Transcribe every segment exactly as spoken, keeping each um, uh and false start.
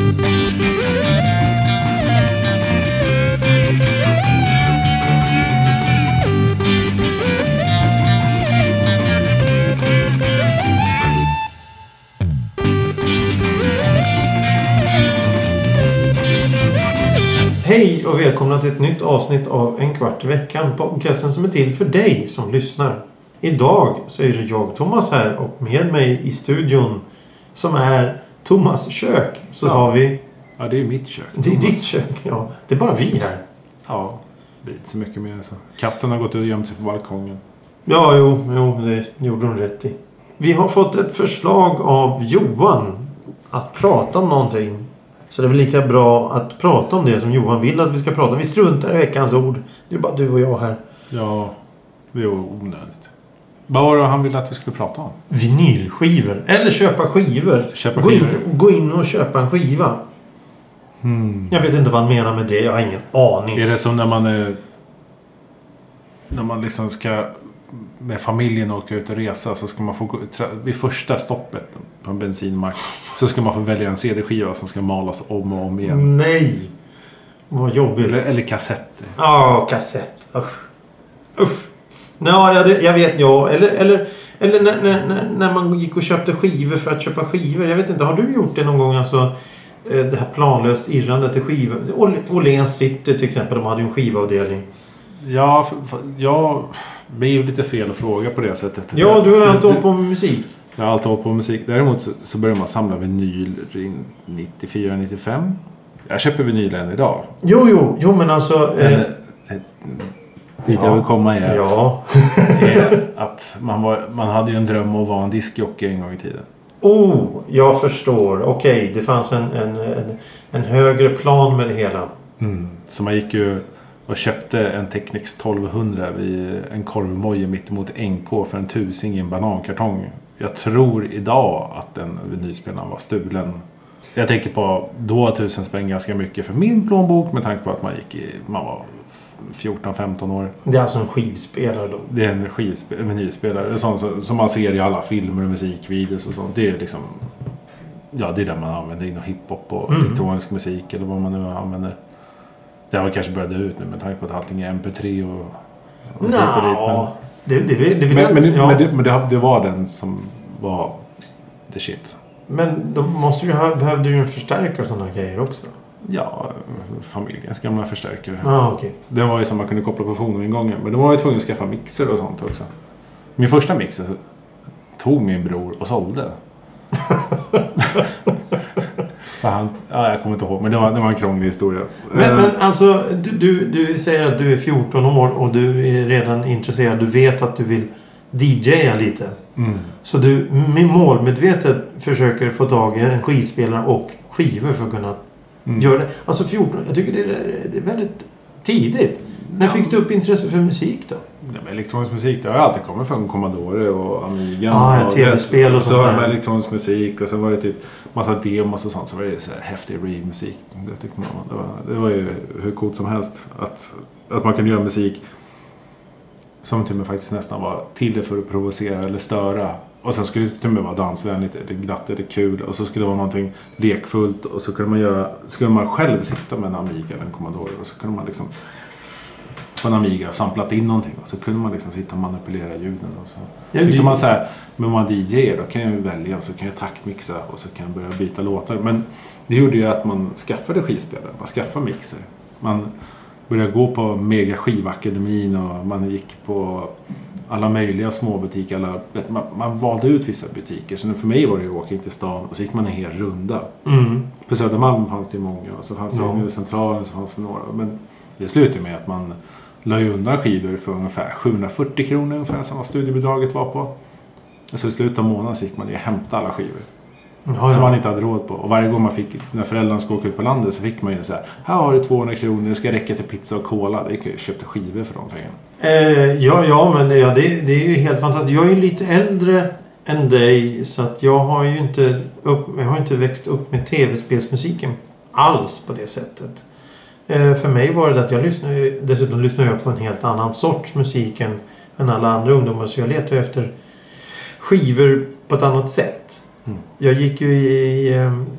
Hej och välkomna till ett nytt avsnitt av En kvart i veckan. Podcasten som är till för dig som lyssnar. Idag så är det jag, Thomas, här och med mig i studion som är Thomas kök. Så ja. har vi... Ja, det är mitt kök. Det är Thomas. Ditt kök, ja. Det är bara vi här. Ja, det är inte så mycket mer så. Katten har gått ut och gömt sig på balkongen. Ja, jo, jo, det gjorde hon rätt i. Vi har fått ett förslag av Johan att prata om någonting. Så det är väl lika bra att prata om det som Johan vill att vi ska prata om. Vi struntar i veckans ord. Det är bara du och jag här. Ja, det är onödigt. Vad var det han ville att vi skulle prata om? Vinylskivor. Eller köpa skivor. Köpa gå, skivor. In, gå in och köpa en skiva. Hmm. Jag vet inte vad han menar med det. Jag har ingen aning. Är det som när man är... När man liksom ska... Med familjen åka ut och resa, så ska man få gå, vid första stoppet på en bensinmack så ska man få välja en C D-skiva som ska malas om och om igen. Nej, vad jobbigt. Eller, eller kassetter. Ja, oh, kassett. Usch. Usch. Ja, jag, jag vet ja. Eller, eller, eller när, när, när man gick och köpte skivor för att köpa skivor. Jag vet inte, har du gjort det någon gång? Alltså, det här planlöst irrande till skivor. Åhléns City till exempel, de hade ju en skivavdelning. Ja, för, ja, det är ju lite fel att fråga på det sättet. Ja, du har alltid hållit på med musik. Jag har alltid hållit på med musik. Däremot så, så börjar man samla vinyl nittiofyra nittiofem. Jag köper vinyl än idag. Jo, jo, jo men alltså... Eh, eh, dit jag vill komma är, ja. är att man, var, man hade ju en dröm att vara en diskjockey en gång i tiden. Oh, jag förstår. Okej, okay, det fanns en, en, en, en högre plan med det hela. Mm. Så man gick ju... och köpte en Technics tolvhundra vid en korvmoje mitt emot N K för en tusing i en banankartong. Jag tror idag att den vinylspelaren var stulen. Jag tänker på då tusen spänn ganska mycket för min plånbok med tanke på att man gick i, man var fjorton femton år. Det är alltså en skivspelare då? Det är en skivspelare, en vinylspelare sån, som, som man ser i alla filmer och musikvideos och sånt. Det är liksom, ja, det är där man använder inom hiphop och mm. elektronisk musik eller vad man nu använder. Det har kanske börjat ut nu med tanke på att allting är M P tre och... och no, men, det, det, det, det, men, men, ja. men, det, men det, det var den som var the shit. Men då måste du ha, behövde ju en förstärkare och sådana grejer också. Ja, familjens gamla förstärkare. Ah, okay. Det var ju som man kunde koppla på fonoingången. Men då var jag tvungen att skaffa mixer och sånt också. Min första mixer tog min bror och sålde. Han, ja, jag kommer inte ihåg, men det var, det var en krånglig historia. Men, men alltså, du, du, du säger att du är fjorton år och du är redan intresserad. Du vet att du vill D J:a lite. Mm. Så du med målmedvetet försöker få tag i en skivspelare och skivor för att kunna mm. göra det. Alltså fjorton, jag tycker det är, det är väldigt tidigt. När fick du upp intresse för musik då? Ja, men elektronisk musik, det har alltid kommit från Commodore och Amiga. Ah, ja, tv-spel och, och sånt där. Så var det elektronisk musik och så var det typ massa demos och sånt. Så var det så här häftig rave-musik. Det tyckte man. Det var, det var ju hur coolt som helst att, att man kunde göra musik som till och med faktiskt nästan var till för att provocera eller störa. Och sen skulle det till och med vara dansvänligt, det glatt, det kul. Och så skulle det vara någonting lekfullt. Och så kunde man göra, skulle man själv sitta med en Amiga eller en Commodore. Och så kunde man liksom på en Amiga samplat in någonting och så kunde man liksom sitta och manipulera ljuden och så ja, tyckte det... man så här, men man D J då kan jag ju välja och så kan jag taktmixa och så kan jag börja byta låtar, men det gjorde ju att man skaffade skivspelare, man skaffade mixer, man började gå på Mega Skivakademin och man gick på alla möjliga småbutiker, alla, man, man valde ut vissa butiker, så för mig var det ju att åka in till stan och så gick man en hel runda. Mm. På Södermalm fanns det många och så fanns det mm. i centralen så fanns det några, men det slutade med att man la ju undan skivor för ungefär sjuhundrafyrtio kronor ungefär som studiebidraget var på. Och så i slutet av månaden så gick man ju hämta alla skivor. Ja, som ja. man inte hade råd på. Och varje gång man fick, när föräldrarna skulle åka ut på landet så fick man ju så här, här har du tvåhundra kronor, det ska räcka till pizza och cola. Det gick ju köpte skivor för de pengarna. Eh, ja, ja, men ja, det, det är ju helt fantastiskt. Jag är ju lite äldre än dig så att jag har ju inte, upp, jag har inte växt upp med tv-spelsmusiken alls på det sättet. För mig var det att jag lyssnade, dessutom lyssnade jag på en helt annan sorts musik än, än alla andra ungdomar. Så jag letade efter skivor på ett annat sätt. Mm. Jag gick ju i,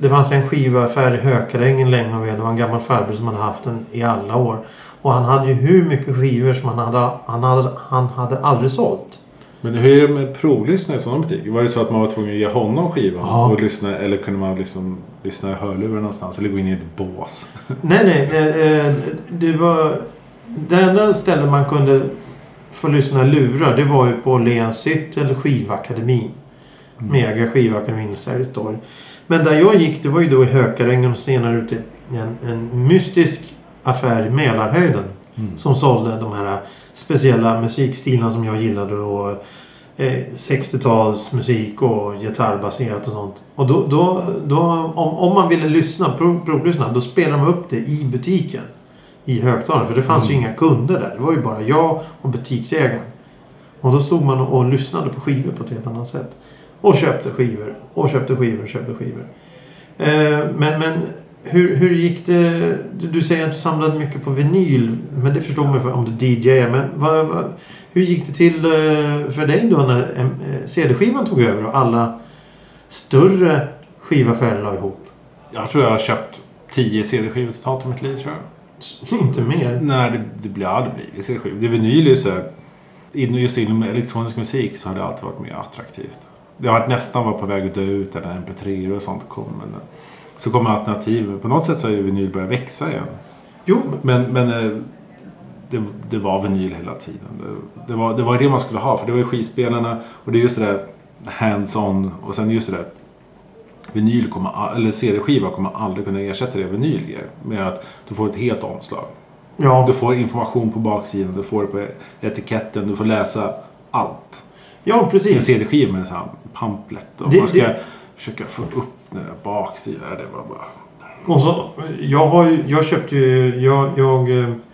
det fanns en skivaffär i Hökarängen länge och det var en gammal farbror som hade haft den i alla år. Och han hade ju hur mycket skivor som han hade, han hade, han hade aldrig sålt. Men hur är det med provlyssnare i sådana butiker? Var det så att man var tvungen att ge honom skivan ja. och lyssna? Eller kunde man liksom lyssna i hörlurar någonstans? Eller gå in i ett bås? Nej, nej. Det, det var... Det enda stället man kunde få lyssna i lurar, det var ju på Lensytt eller Skivakademin. Mm. Mega Skivakademin i Sergels torg. Men där jag gick, det var ju då i Hökarängen och senare ute en, en mystisk affär i Mälarhöjden. Mm. Som sålde de här speciella musikstilarna som jag gillade och eh, sextio-tals musik och gitarrbaserat och sånt. Och då, då, då om, om man ville lyssna, prov, provlyssna, då spelade man upp det i butiken. I högtalaren, för det fanns mm. ju inga kunder där. Det var ju bara jag och butiksägaren. Och då stod man och, och lyssnade på skivor på ett helt annat sätt. Och köpte skivor. Och köpte skivor och köpte skivor. Eh, men... men Hur, hur gick det? Du, du säger att du samlade mycket på vinyl. Men det förstår man för om du D J. Men vad, vad, hur gick det till för dig då när C D-skivan tog över och alla större skivaffärer la ihop? Jag tror jag har köpt tio C D-skivor totalt i mitt liv, tror jag. Inte mer? Nej, det, det blir aldrig blir C D-skivor. Det är vinyl är så här, just inom elektronisk musik så har det alltid varit mer attraktivt. Det har varit nästan var på väg att dö ut när M P tre och sånt kom, men så kommer alternativ. På något sätt så har ju vinyl börjat växa igen. Jo. Men, men det, det var vinyl hela tiden. Det, det, var, det var det man skulle ha. För det var ju skivspelarna. Och det är just det där hands-on. Och sen just det där. Vinyl kommer, eller C D-skiva kommer aldrig kunna ersätta det vinyl ger. Med att du får ett helt omslag. Ja. Du får information på baksidan. Du får det på etiketten. Du får läsa allt. Ja, precis. En C D-skiva med en sån här pamflett. Och det, man ska det... försöka få upp den där baksidan. Det var bara... Och så, jag har ju, jag köpte ju, jag, jag,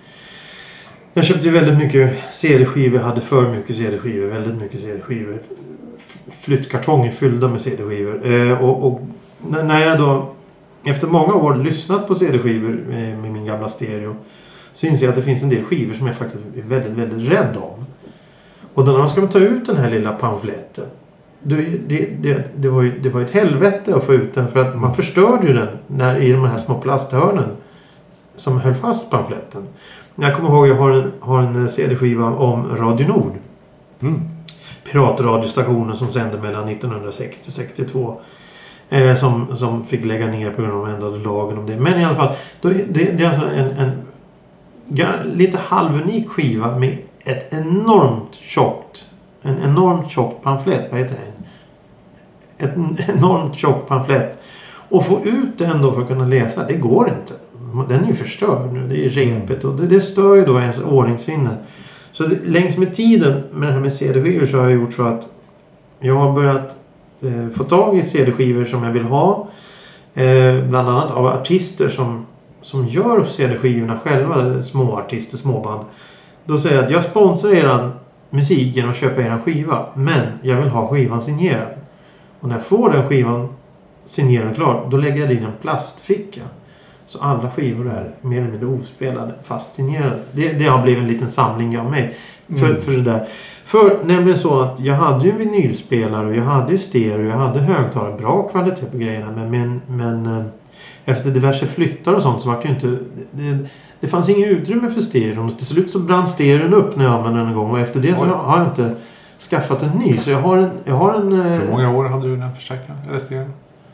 jag köpte ju väldigt mycket C D-skivor, hade för mycket C D-skivor, väldigt mycket C D-skivor. Flyttkartonger fyllda med C D-skivor. Eh, och, och när jag då, efter många år lyssnat på C D-skivor med, med min gamla stereo, så inser jag att det finns en del skivor som jag faktiskt är väldigt, väldigt rädd om. Och då när man ska ta ut den här lilla pamfletten, Det, det, det, det, var ju, det var ett helvete att få ut den, för att man förstörde ju den när, i de här små plasthörnen som höll fast pamfletten. Jag kommer ihåg att jag har en, har en C D-skiva om Radio Nord. Mm. Piratradiostationen som sände mellan nittonhundrasextio och sextiotvå. Eh, som, som fick lägga ner på grund av ändrade lagen om det. Men i alla fall, då, det, det är alltså en, en gar, lite halvunik skiva med ett enormt tjockt En enormt tjock pamflett. Vad heter det? En enormt tjock pamflett. Och få ut den då för att kunna läsa. Det går inte. Den är ju förstörd nu. Det är repet. Och det, det stör ju då ens ordningssinne. Så det, längs med tiden med det här med C D-skivor så har jag gjort så att jag har börjat eh, få tag i C D-skivor som jag vill ha. Eh, bland annat av artister som, som gör C D-skivorna själva. Små artister, småband. Då säger jag att jag sponsrar eran musik genom att köpa en skiva, men jag vill ha skivan signerad. Och när jag får den skivan signerad klart, då lägger jag in en plastficka. Så alla skivor är mer eller mindre ospelade, fast signerade. Det, det har blivit en liten samling av mig för, mm. för det där. För nämligen så att jag hade ju en vinylspelare och jag hade ju stereo, jag hade högtalare, bra kvalitet på grejerna, men, men, men efter diverse flyttar och sånt så var det ju inte... Det, Det fanns inget utrymme för stereon. Till slut så brann stereon upp när jag använde den en gång. Och efter det så har jag inte skaffat en ny. Så jag har en... Jag har en Hur många år hade du den förstärkaren? Eller stereon?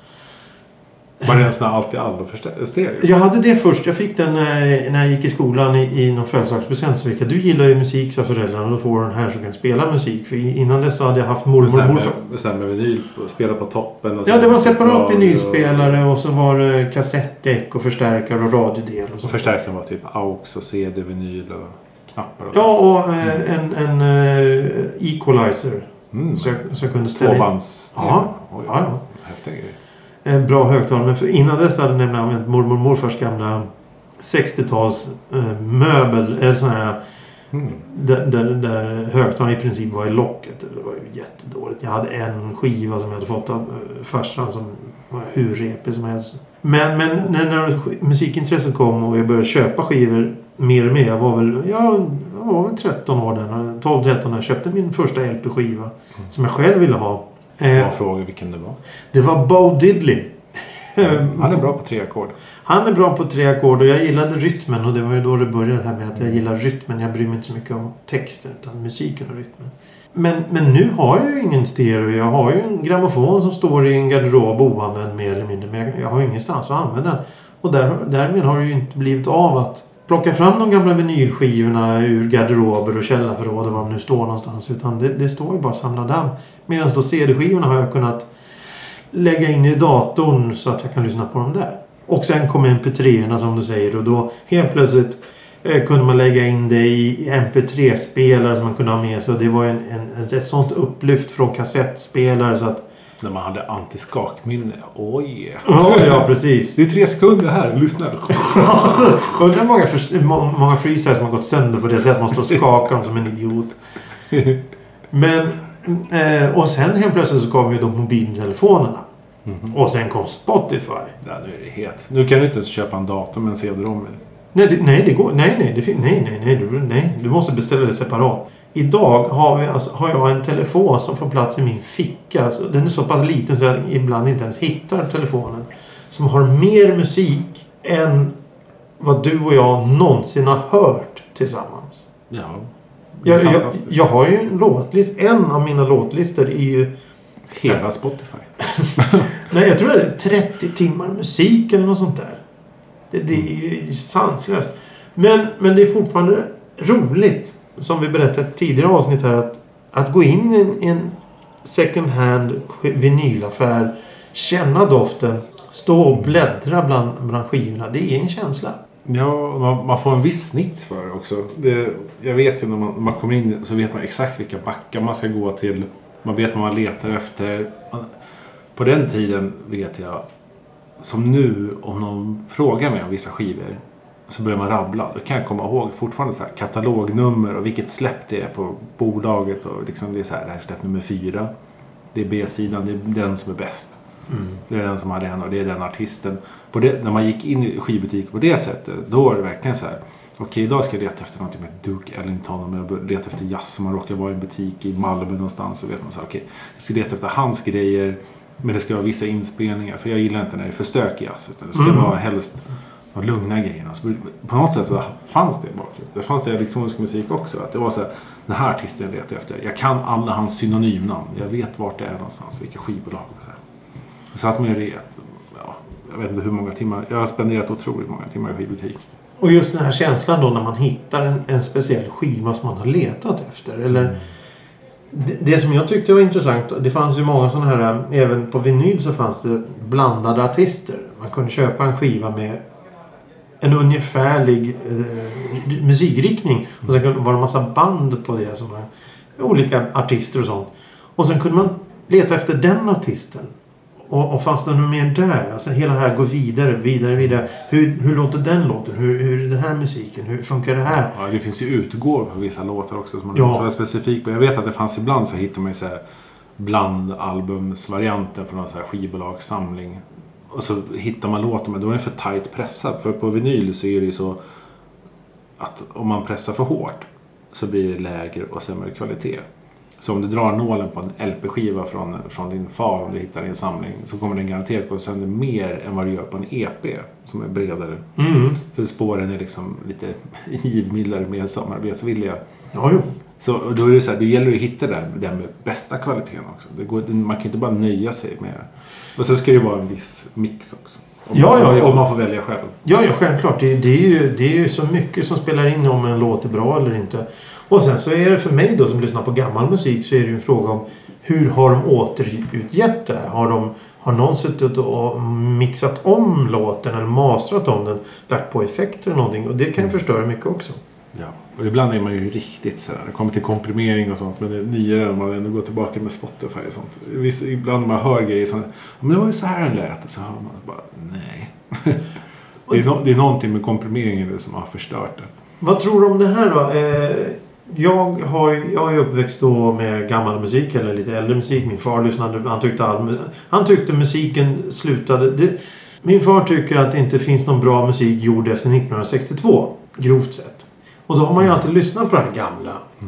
Var det en sån här allt i allo stereo? Jag hade det först. Jag fick den när jag gick i skolan i, i någon födelsedagspresent. Så vilka, du gillar ju musik, sa föräldrarna. Och då får du den här så kan spela musik. För innan dess så hade jag haft mormor och morfar. Sen med vinyl, spela på toppen. Och ja, det var separat vinylspelare. Och så var det kassettdäck och förstärkare och radiodel. Och, och förstärkaren var typ aux och C D, vinyl och knappar. Och ja, och eh, en, en uh, equalizer. Mm. Så, jag, så jag kunde ställa in. Tvåbands. Ja, ja, ja. Häftig grej. En bra högtalare. Men för innan dess hade jag nämligen använt mormor och morfars gamla sextio-tals eh, möbel. Eller sån här. Mm. Där, där, där högtalaren i princip var i locket. Det var ju jättedåligt. Jag hade en skiva som jag hade fått av eh, farsan som var hur repig som helst. Men, men när, när musikintresset kom och jag började köpa skivor mer och mer. Jag var väl, ja, jag var väl tretton år där. tolv tretton när jag köpte min första L P-skiva. Mm. Som jag själv ville ha. Jag frågade vilken det var. Det var Bo Diddley. Han är bra på tre ackord. Han är bra på tre ackord och jag gillade rytmen och det var ju då det började här med att jag gillar rytmen. Jag bryr mig inte så mycket om texten utan musiken och rytmen. Men, men nu har jag ju ingen stereo. Jag har ju en grammofon som står i en garderob oanvänd mer eller mindre. Men jag, jag har ju ingenstans att använda den. Och där, därmed har det ju inte blivit av att plocka fram de gamla vinylskivorna ur garderober och källarförråd och var de nu står någonstans. Utan det, det står ju bara samla damm. Medan då C D-skivorna har jag kunnat lägga in i datorn så att jag kan lyssna på dem där. Och sen kom M P tre-erna som du säger och då helt plötsligt eh, kunde man lägga in det i M P tre-spelare som man kunde ha med sig. Och det var en, en, ett sånt upplyft från kassettspelare så att... När man hade antiskakminne. Oj! Ja, ja, precis. Det är tre sekunder här, lyssna. Undrar många, för, många freestyles som har gått sönder på det sättet. Man står och skakar dem som en idiot. Men... Eh, och sen helt plötsligt så kom ju de mobiltelefonerna. Mm-hmm. Och sen kom Spotify. Ja, nu är det helt. Nu kan du inte ens köpa en dator med en C D-rom. Nej, det, nej, det går. Nej, nej, det, nej, nej, nej, du, nej. Du måste beställa det separat. Idag har, vi, alltså, har jag en telefon som får plats i min ficka. Alltså, den är så pass liten så jag ibland inte ens hittar telefonen. Som har mer musik än vad du och jag någonsin har hört tillsammans. Ja. Jag, jag, jag har ju en låtlist. En av mina låtlistor är ju... Hela Spotify. Nej, jag tror det är trettio timmar musik eller något sånt där. Det, det är ju sanslöst. Men, men det är fortfarande roligt. Som vi berättade tidigare avsnitt här. Att, att gå in i en, en second hand vinylaffär. Känna doften. Stå och bläddra bland, bland skivorna. Det är en känsla. Ja, man, man får en viss snitt för det också. Det, jag vet ju när man, när man kommer in så vet man exakt vilka backar man ska gå till. Man vet vad man letar efter. På den tiden vet jag, som nu, om någon frågar mig om vissa skivor så börjar man rabbla. Då kan jag komma ihåg fortfarande så här katalognummer och vilket släpp det är på bolaget. Och liksom det är så här, det här är släpp nummer fyra. Det är B-sidan, det är den som är bäst. Mm. Det är den som hade en och det är den artisten. På det, när man gick in i skivbutik på det sättet, då var det verkligen så här: okej, okay, idag ska jag leta efter något med Duke Ellington och jag leta efter jazz som man råkar vara i en butik i Malmö någonstans, så vet man så här: okej, okay, jag ska leta efter hans grejer, men det ska vara vissa inspelningar, för jag gillar inte när det är för stökig jazz, utan det ska mm. vara helst de lugna grejerna. Så på något sätt så fanns det bakgrund. Det fanns det elektronisk musik också, att det var så här: den här artisten jag letar efter, jag kan alla hans synonymnamn, jag vet vart det är någonstans, vilka skivbolag och så här. Så att man är ret, ja, jag vet inte hur många timmar, jag har spenderat otroligt många timmar i skivbutik. Och just den här känslan då när man hittar en, en speciell skiva som man har letat efter. Eller mm. det, det som jag tyckte var intressant, det fanns ju många sådana här, även på vinyl så fanns det blandade artister. Man kunde köpa en skiva med en ungefärlig eh, musikriktning. Och sen var det en massa band på det som var olika artister och sånt. Och sen kunde man leta efter den artisten. Och, och fanns det något mer där? Alltså hela det här går vidare, vidare, vidare. Hur, hur låter den låten? Hur, hur är den här musiken? Hur funkar det här? Ja, det finns ju utgåvor på vissa låtar också som man ja. måste vara specifik på. Jag vet att det fanns ibland så hittar man ju så här blandalbumsvarianten från någon så här skivbolagssamling. Och så hittar man låten, men då är den för tight pressad. För på vinyl så är det ju så att om man pressar för hårt så blir det lägre och sämre kvalitet. Så om du drar nålen på en L P-skiva från, från din far, om du hittar i en samling, så kommer den garanterat gå sönder mer än vad du gör på en E P som är bredare. Mm. För spåren är liksom lite givmildare, mer samarbetsvilliga. Ja, jo. Så då är det så här, då gäller det att hitta den, den med bästa kvaliteten också. Det går, man kan inte bara nöja sig med. Och så ska det vara en viss mix också. Om, ja, ja, ja. om man får välja själv. Ja, ja, självklart. Det, det, är ju, det är ju så mycket som spelar in om en låt är bra eller inte. Och sen så är det för mig då som lyssnar på gammal musik, så är det ju en fråga om hur har de återutgett det? Har, de, har någon suttit och mixat om låten eller mastrat om den, lagt på effekter eller någonting? Och det kan ju förstöra mycket också. Ja, och ibland är man ju riktigt sådär. Det kommer till komprimering och sånt, men det är nyare än man ändå går tillbaka med Spotify och sånt. Visst, ibland man hör grejer som, men det var ju så här den lät, och så hör man bara, nej. det, är no, det är någonting med komprimeringen som har förstört det. Vad tror du om det här då? Eh, jag, har, jag är uppväxt då med gammal musik eller lite äldre musik. Min far lyssnade, han tyckte, all, han tyckte musiken slutade. Det, min far tycker att det inte finns någon bra musik gjord efter nittonhundrasextiotvå, grovt sett. Och då har man ju alltid lyssnat på det här gamla.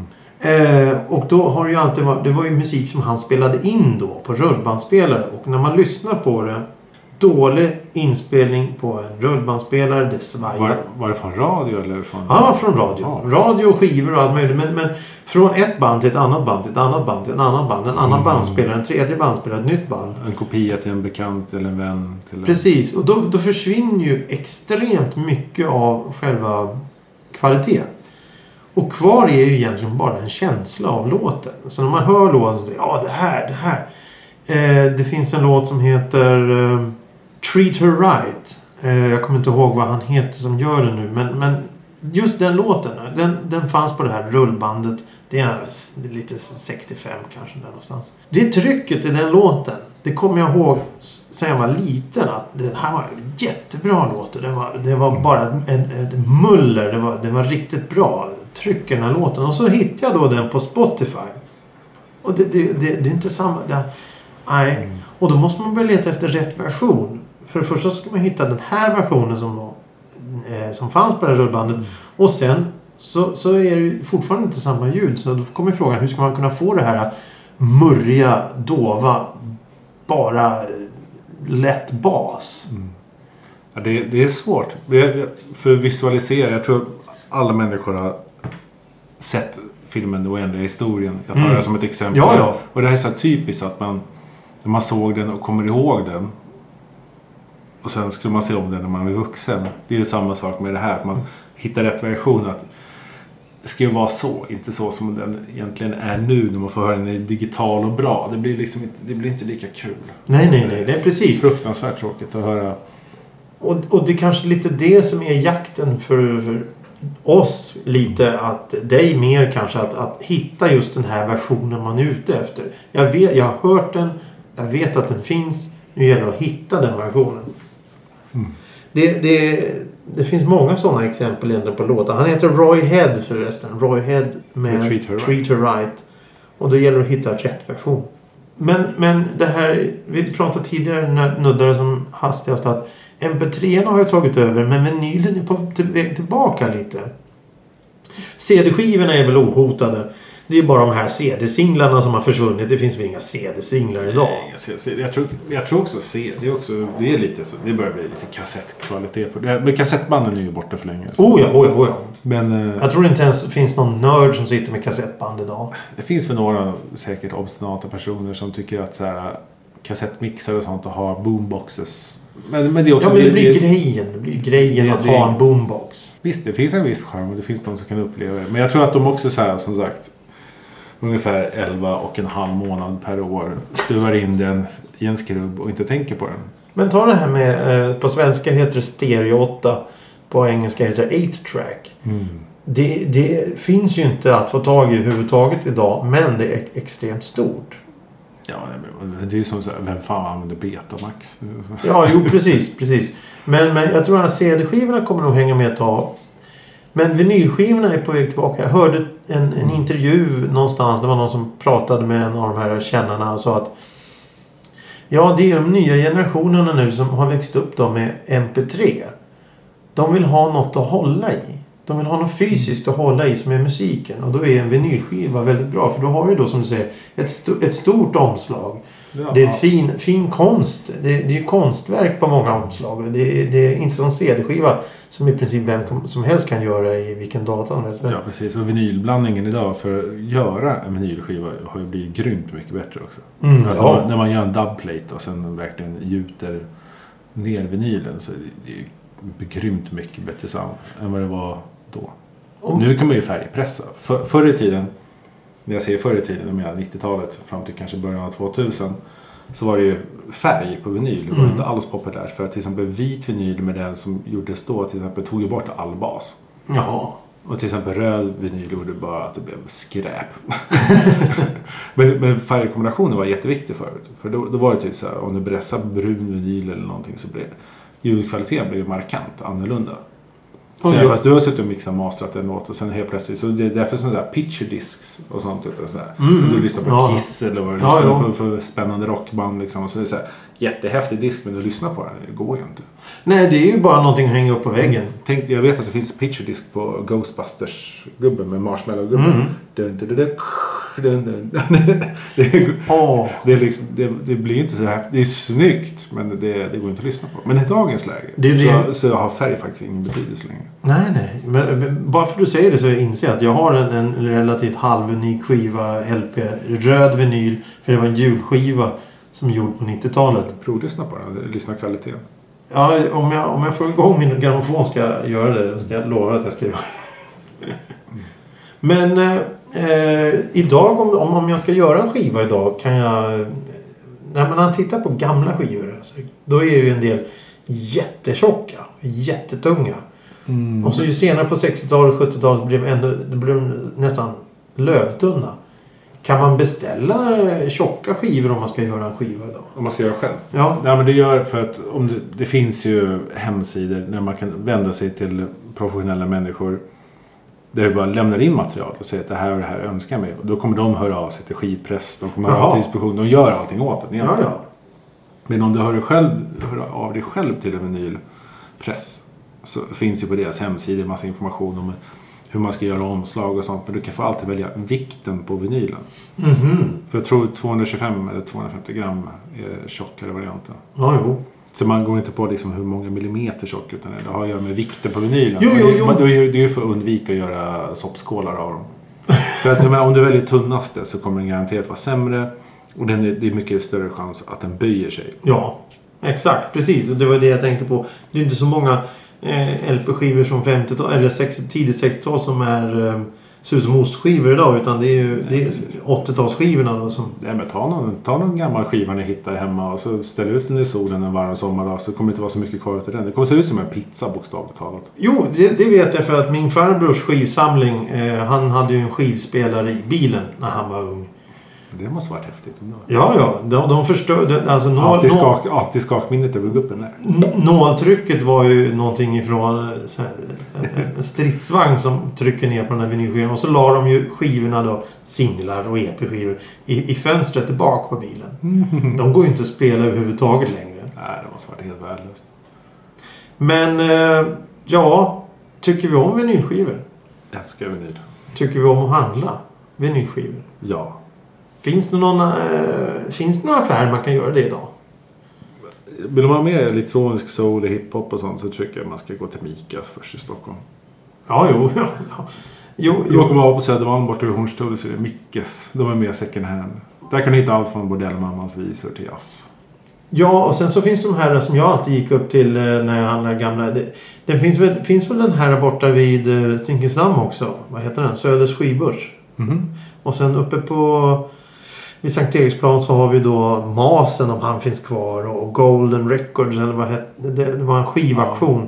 Mm. Eh, och då har det ju alltid varit, det var ju musik som han spelade in då på rullbandspelare. Och när man lyssnar på det, dålig inspelning på en rullbandspelare. Det svajade. Var, var det från radio eller från... Ja, från radio. Ja. Radio och skivor och allt möjligt. Men, men från ett band till ett annat band till ett annat band till ett annat band. En annan mm. bandspelare, en tredje bandspelare, ett nytt band. En kopia till en bekant eller en vän. Till en... Precis. Och då, då försvinner ju extremt mycket av själva kvaliteten. Och kvar är ju egentligen bara en känsla av låten. Så när man hör låten så ja det här, det här. Eh, det finns en låt som heter eh, Treat Her Right. Eh, jag kommer inte ihåg vad han heter som gör det nu. Men, men just den låten, den, den fanns på det här rullbandet. Det är lite sextiofem kanske där någonstans. Det trycket i den låten, det kommer jag ihåg sen jag var liten. Att den här var en jättebra låt. Det var, det var bara en, en, en muller. Det var, det var riktigt bra tryck i den här låten. Och så hittade jag då den på Spotify. Och det, det, det, det är inte samma... Det, nej. Mm. Och då måste man börja leta efter rätt version. För det första så ska man hitta den här versionen som, då, eh, som fanns på det här rullbandet. Mm. Och sen så, så är det fortfarande inte samma ljud. Så då kommer frågan, hur ska man kunna få det här murriga, dova, bara lätt bas? Mm. Ja, det, det är svårt. Det, för att visualisera, jag tror alla människor har sett filmen Den oändliga historien. Jag tar mm. det som ett exempel. Ja, ja. Och det här är så typiskt att man, när man såg den och kommer ihåg den och sen skulle man se om den när man är vuxen. Det är ju samma sak med det här. Att man hittar rätt version. Att det ska ju vara så. Inte så som den egentligen är nu när man får höra den är digital och bra. Det blir liksom inte, det blir inte lika kul. Nej, nej, nej. Det är precis. Fruktansvärt tråkigt att höra. Och, och det är kanske lite det som är jakten för, för oss lite, att dig mer kanske att, att hitta just den här versionen man är ute efter. Jag vet, jag har hört den, jag vet att den finns, nu gäller det att hitta den versionen. Mm. Det, det, det finns många sådana exempel egentligen på låtar. Han heter Roy Head förresten. Roy Head med Treat Her, Treat Her Right. Och då gäller det att hitta rätt version. Men, men det här, vi pratade tidigare nuddare som hastigast att M P tre har ju tagit över, men vinylen är på väg tillbaka lite. C D-skivorna är väl ohotade. Det är bara de här C D-singlarna som har försvunnit. Det finns väl inga C D-singlar idag. Nej, jag, tror, jag tror också C D också, det är lite så, det börjar bli lite kassettkvalitet på det. Men kassettbanden är ju borta för länge. Så. Oh ja, oh ja, oh ja. Men, jag tror inte ens finns någon nörd som sitter med kassettband idag. Det finns för några säkert obstinata personer som tycker att så här, kassettmixar och sånt och har boomboxes. Men, men det är också... Ja, men det blir det, grejen. Det blir grejen det, att det, ha en boombox. Visst, det finns en viss charm och det finns de som kan uppleva det. Men jag tror att de också så här, som sagt, ungefär elva och en halv månad per år stuvar in den i en skrubb och inte tänker på den. Men ta det här med, eh, på svenska heter det stereo åtta, på engelska heter det eight track. Mm. Det, det finns ju inte att få tag i överhuvudtaget idag, men det är extremt stort. Ja, det är ju som så här, vem fan använder Betamax? Ja, jo, precis, precis. Men, men jag tror att C D-skivorna kommer nog hänga med ett tag. Men vinylskivorna är på väg tillbaka. Jag hörde en, en intervju någonstans. Det var någon som pratade med en av de här kännarna och sa att ja, det är de nya generationerna nu som har växt upp då med M P tre. De vill ha något att hålla i. De vill ha något fysiskt att hålla i som är musiken. Och då är en vinylskiva väldigt bra. För då har ju då, som du säger, ett, st- ett stort omslag. Ja. Det är fin, fin konst. Det, det är konstverk på många omslag. Det, det är inte som C D-skiva som i princip vem som helst kan göra i vilken data. Ja, precis. Och vinylblandningen idag för att göra en vinylskiva har ju blivit grymt mycket bättre också. Mm, ja. när, man, när man gör en dubplate och sen verkligen gjuter ner vinylen så är det, det är grymt mycket bättre sound än vad det var då. Om... Nu kan man ju färgpressa. För, förr i tiden, när jag säger förr i tiden, jag menar nittiotalet fram till kanske början av tvåtusen, så var det ju färg på vinyl. Det var mm. inte alls populärt. För att till exempel vit vinyl med den som gjordes då till exempel tog ju bort all bas. Ja. Och till exempel röd vinyl gjorde bara att det blev skräp. men, men färgkombinationen var jätteviktig förut. För då, då var det typ så här, om du pressar brun vinyl eller någonting så blev ljudkvaliteten blev markant annorlunda. Så oh, fast du har suttit och mixat och mastrat en låt och sen helt plötsligt så det är därför sådana där picture discs och sånt utan så här. Mm, du lyssnar på ja. Kiss eller vad du ja, lyssnar ja. på för spännande rockband liksom och så är det så här jättehäftig disk men du lyssnar på den, det går ju inte. Nej, det är ju bara någonting att hänga upp på väggen. Tänk, jag vet att det finns picture disc på Ghostbusters gubben med Marshmallow gubben. Mm. Du, du, du, du. det, det, oh. det, liksom, det, det blir inte så här. Det är snyggt, men det, det går inte att lyssna på. Men i dagens läge det så, så har färg faktiskt ingen betydelse längre. Nej, nej. Men, men bara för att du säger det så jag inser att jag har en, en relativt halvunik skiva L P, röd vinyl, för det var en julskiva som är gjord på nittiotalet. Provlyssna på den, lyssna kvaliteten. Ja, om jag, om jag får igång min grammofon ska jag göra det. Ska jag lova att jag ska göra det. Men eh, idag, om, om jag ska göra en skiva idag kan jag... När man tittar på gamla skivor alltså, då är det ju en del jättetjocka, jättetunga. Mm. Och så ju senare på sextiotalet, sjuttiotalet blev ändå, det blev nästan lövtunna. Kan man beställa tjocka skivor om man ska göra en skiva idag? Om man ska göra själv? Ja. Ja, men det gör för att om det, det finns ju hemsidor där man kan vända sig till professionella människor där du bara lämnar in material och säger att det här och det här önskar mig. Och då kommer de höra av sig till skivpress, de kommer höra av till inspektion, de gör allting åt det. Ja, ja. Men om du hör, själv, hör av dig själv till en vinylpress så finns ju på deras hemsidor en massa information om hur man ska göra omslag och sånt. Men du kan få alltid välja vikten på vinylen. Mm-hmm. För jag tror tvåhundratjugofem eller tvåhundrafemtio gram är tjockare varianten. Ja, jo. Så man går inte på liksom hur många millimeter tjock utan det har att göra med vikten på vinylen. Jo, jo, jo. Det är ju för att undvika att göra soppskålar av dem. För att, men om du väljer tunnaste så kommer den garanterat vara sämre. Och den är, det är mycket större chans att den böjer sig. Ja, exakt. Precis. Och det var det jag tänkte på. Det är inte så många eh, L P-skivor från femtiotal eller sextio, tidigt sextiotal som är eh, ser ut som ostskivor idag. Utan det är ju det är åttiotalsskivorna då som... Nej, men ta någon, ta någon gammal skiva ni hittar hemma och så ställ ut den i solen en varm sommardag så kommer det inte vara så mycket kvar till den. Det kommer se ut som en pizza bokstavligt talat. Jo, det, det vet jag för att min farbrors skivsamling, eh, han hade ju en skivspelare i bilen när han var ung. Det måste varit häftigt ändå. Ja, ja. De, de förstörde... Alltså, nål, alltid, skak, alltid skakminnet över guppen där. Nåltrycket var ju någonting ifrån så här, en stridsvagn som trycker ner på den här vinylskivan. Och så la de ju skivorna då, singlar och E P-skivor, i, i fönstret tillbaka på bilen. Mm. De går ju inte att spela överhuvudtaget längre. Nej, det måste varit helt värdelöst. Men, eh, ja... Tycker vi om vinylskivor? Jag älskar vinyl. Tycker vi om att handla vinylskivor? Ja. Finns det någon, äh, finns det någon affär man kan göra det idag? Vill man ha mer elektronisk soul och hiphop och sånt så tycker jag man ska gå till Mikas först i Stockholm. Ja, jo. Ja, ja. jo, jo. Då kommer man på Södermalm bort över Hornstull så är det Mickes. De är mer second hand. Där kan du hitta allt från bordellmammans visor till jazz. Ja, och sen så finns de här som jag alltid gick upp till när jag handlade gamla. Det, det finns, väl, finns väl den här borta vid Zinkensdamm också. Vad heter den? Söders skivbörs. Mm-hmm. Och sen uppe på... Vid Sankt Eriksplan så har vi då Masen om han finns kvar och Golden Records eller vad hette det, det var en skivaktion.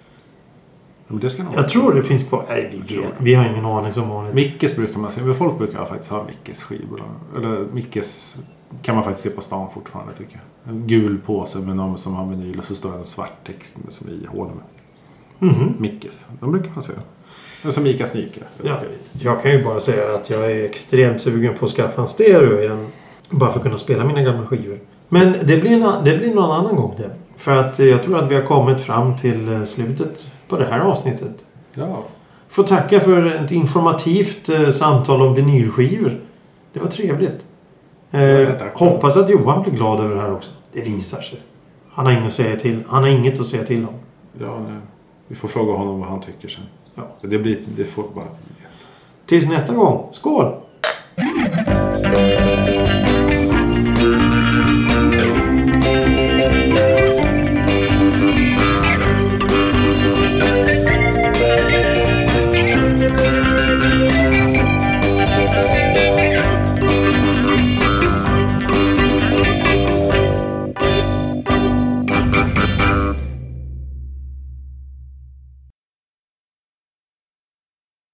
Ja. Det ska nog jag tror det finns kvar. Nej, vi, vet. vi har ingen aning som vanligt. Mickes brukar man se. Men folk brukar faktiskt ha Mickes skivor. Eller Mickes kan man faktiskt se på stan fortfarande tycker jag. En gul påse med någon som har vinyl och så står en svart text som är i hål med. Mm-hmm. Mickes. De brukar man se. Som Mika Sneaker. Ja, jag kan ju bara säga att jag är extremt sugen på att skaffa en stereo igen. Bara för att kunna spela mina gamla skivor. Men det blir, en, det blir någon annan gång det. För att jag tror att vi har kommit fram till slutet på det här avsnittet. Ja. Får tacka för ett informativt eh, samtal om vinylskivor. Det var trevligt. Eh, ja, hoppas att Johan blir glad över det här också. Det visar sig. Han har inget att säga till, han har inget att säga till om. Ja, nej. Vi får fråga honom vad han tycker sen. Ja. Det blir det får bara. Tills nästa gång. Skål!